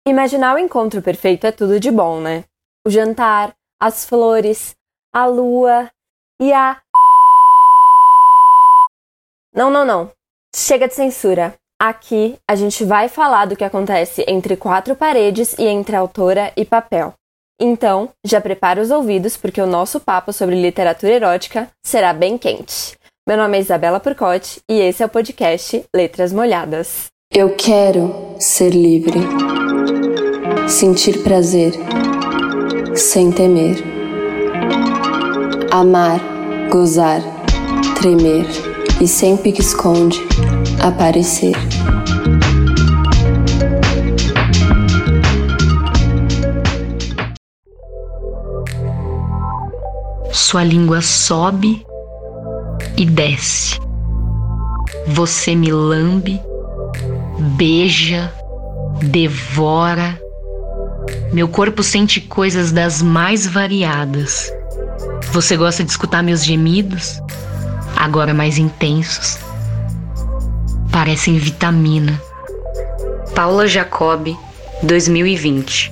Imaginar o encontro perfeito é tudo de bom, né? O jantar, as flores, a lua e a... Não. Chega de censura. Aqui a gente vai falar do que acontece entre quatro paredes e entre autora e papel. Então, já prepara os ouvidos porque o nosso papo sobre literatura erótica será bem quente. Meu nome é Isabela Purcotti e esse é o podcast Letras Molhadas. Eu quero ser livre, sentir prazer, sem temer, amar, gozar, tremer e sem pique-esconde, aparecer. Sua língua sobe e desce. Você me lambe, beija, devora. Meu corpo sente coisas das mais variadas. Você gosta de escutar meus gemidos? Agora mais intensos. Parecem vitamina. Paula Jacob, 2020.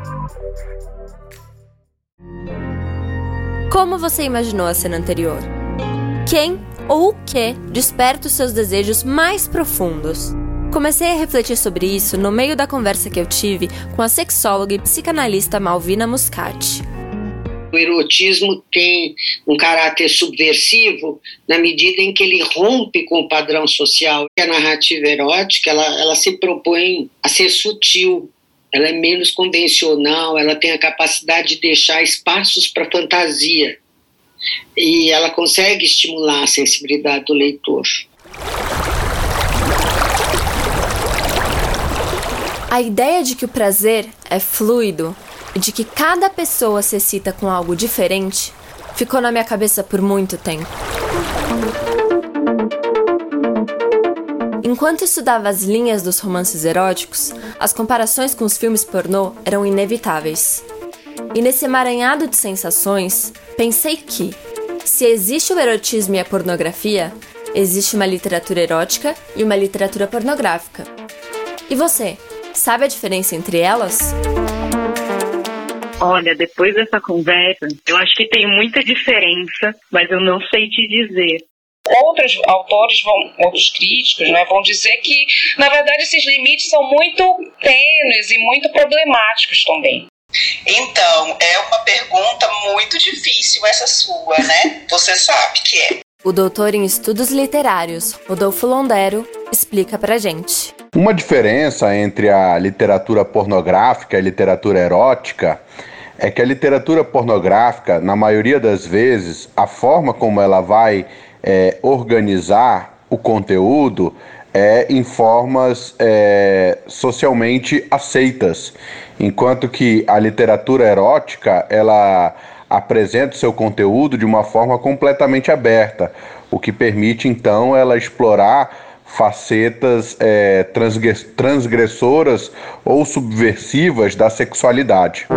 Como você imaginou a cena anterior? Quem ou o que desperta os seus desejos mais profundos? Comecei a refletir sobre isso no meio da conversa que eu tive com a sexóloga e psicanalista Malvina Muscati. O erotismo tem um caráter subversivo na medida em que ele rompe com o padrão social. A narrativa erótica ela se propõe a ser sutil, ela é menos convencional, ela tem a capacidade de deixar espaços para fantasia e ela consegue estimular a sensibilidade do leitor. A ideia de que o prazer é fluido e de que cada pessoa se excita com algo diferente ficou na minha cabeça por muito tempo. Enquanto estudava as linhas dos romances eróticos, as comparações com os filmes pornô eram inevitáveis. E nesse emaranhado de sensações, pensei que, se existe o erotismo e a pornografia, existe uma literatura erótica e uma literatura pornográfica. E você, sabe a diferença entre elas? Olha, depois dessa conversa, eu acho que tem muita diferença, mas eu não sei te dizer. Outros autores, outros críticos, vão dizer que, na verdade, esses limites são muito tênues e muito problemáticos também. Então, é uma pergunta muito difícil essa sua, né? Você sabe que é. O doutor em estudos literários, Rodolfo Londero, explica pra gente. Uma diferença entre a literatura pornográfica e a literatura erótica é que a literatura pornográfica, na maioria das vezes, a forma como ela vai organizar o conteúdo é em formas socialmente aceitas, enquanto que a literatura erótica, ela apresenta o seu conteúdo de uma forma completamente aberta, o que permite, então, ela explorar facetas transgressoras ou subversivas da sexualidade.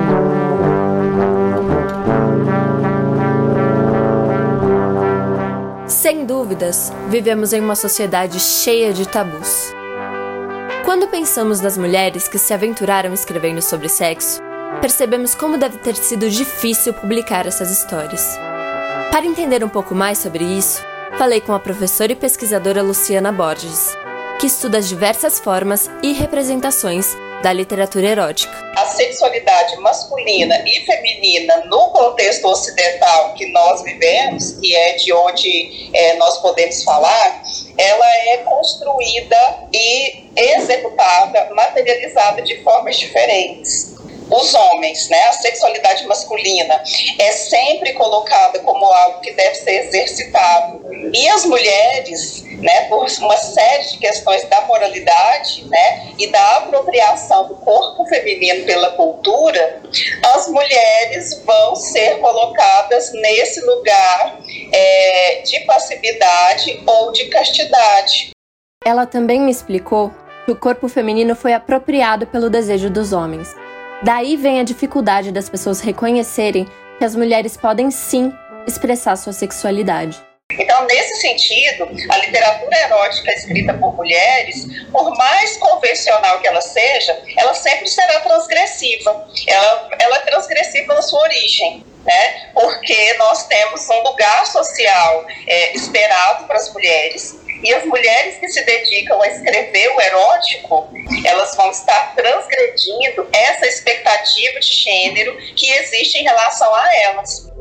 Sem dúvidas, vivemos em uma sociedade cheia de tabus. Quando pensamos nas mulheres que se aventuraram escrevendo sobre sexo, percebemos como deve ter sido difícil publicar essas histórias. Para entender um pouco mais sobre isso, falei com a professora e pesquisadora Luciana Borges, que estuda as diversas formas e representações da literatura erótica. A sexualidade masculina e feminina no contexto ocidental que nós vivemos, que é de onde nós podemos falar, ela é construída e executada, materializada de formas diferentes. Os homens, a sexualidade masculina é sempre colocada como algo que deve ser exercitado. E as mulheres, por uma série de questões da moralidade, e da apropriação do corpo feminino pela cultura, as mulheres vão ser colocadas nesse lugar de passividade ou de castidade. Ela também me explicou que o corpo feminino foi apropriado pelo desejo dos homens. Daí vem a dificuldade das pessoas reconhecerem que as mulheres podem sim expressar sua sexualidade. Então, nesse sentido, a literatura erótica escrita por mulheres, por mais convencional que ela seja, ela sempre será transgressiva. Ela é transgressiva na sua origem, né? Porque nós temos um lugar social esperado para as mulheres, e as mulheres que se dedicam a escrever o erótico, elas vão estar transgredindo essa expectativa de gênero que existe em relação a elas.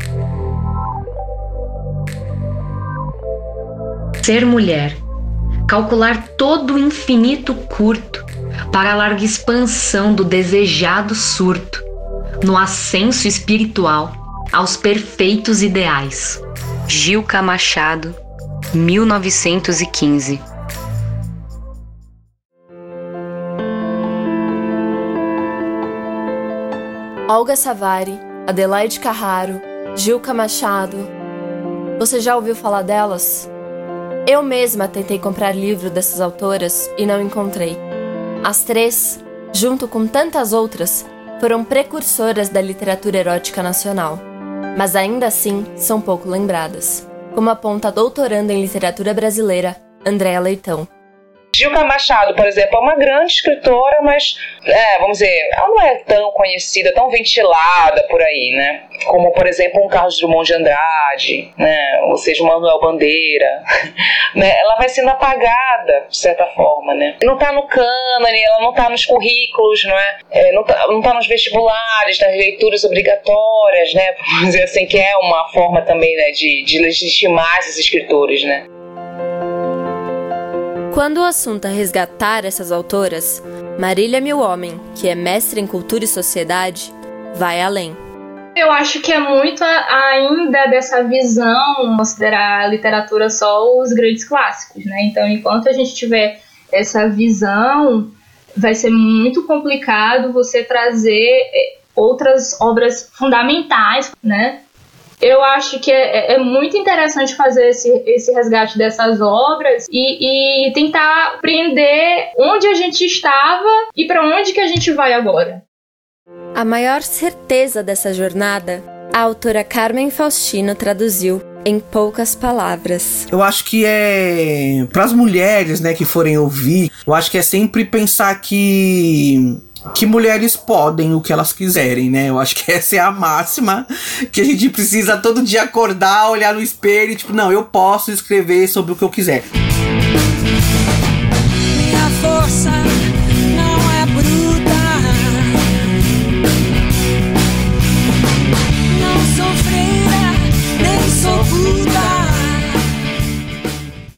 Ser mulher, calcular todo o infinito curto para a larga expansão do desejado surto, no ascenso espiritual aos perfeitos ideais. Gilca Machado, 1915. Olga Savari, Adelaide Carraro, Gilca Machado. Você já ouviu falar delas? Eu mesma tentei comprar livro dessas autoras e não encontrei. As três, junto com tantas outras, foram precursoras da literatura erótica nacional, mas ainda assim são pouco lembradas, como aponta a doutoranda em literatura brasileira, Andréa Leitão. Gilca Machado, por exemplo, é uma grande escritora, mas, vamos dizer, ela não é tão conhecida, tão ventilada por aí, né? Como, por exemplo, um Carlos Drummond de Andrade, né? Ou seja, um Manuel Bandeira. Né? Ela vai sendo apagada, de certa forma, né? Não está no cânone, ela não está nos currículos, não é? Não tá nos vestibulares, nas leituras obrigatórias, né? Vamos dizer assim, que é uma forma também, né, de legitimar esses escritores, né? Quando o assunto é resgatar essas autoras, Marília Milhomem, que é mestre em cultura e sociedade, vai além. Eu acho que é muito ainda dessa visão, considerar a literatura só os grandes clássicos, né? Então, enquanto a gente tiver essa visão, vai ser muito complicado você trazer outras obras fundamentais, né? Eu acho que é muito interessante fazer esse resgate dessas obras e tentar aprender onde a gente estava e para onde que a gente vai agora. A maior certeza dessa jornada, a autora Carmen Faustino traduziu em poucas palavras. Eu acho que para as mulheres, né, que forem ouvir, eu acho que é sempre pensar que mulheres podem o que elas quiserem, né? Eu acho que essa é a máxima que a gente precisa todo dia acordar, olhar no espelho e tipo, não, eu posso escrever sobre o que eu quiser. Minha força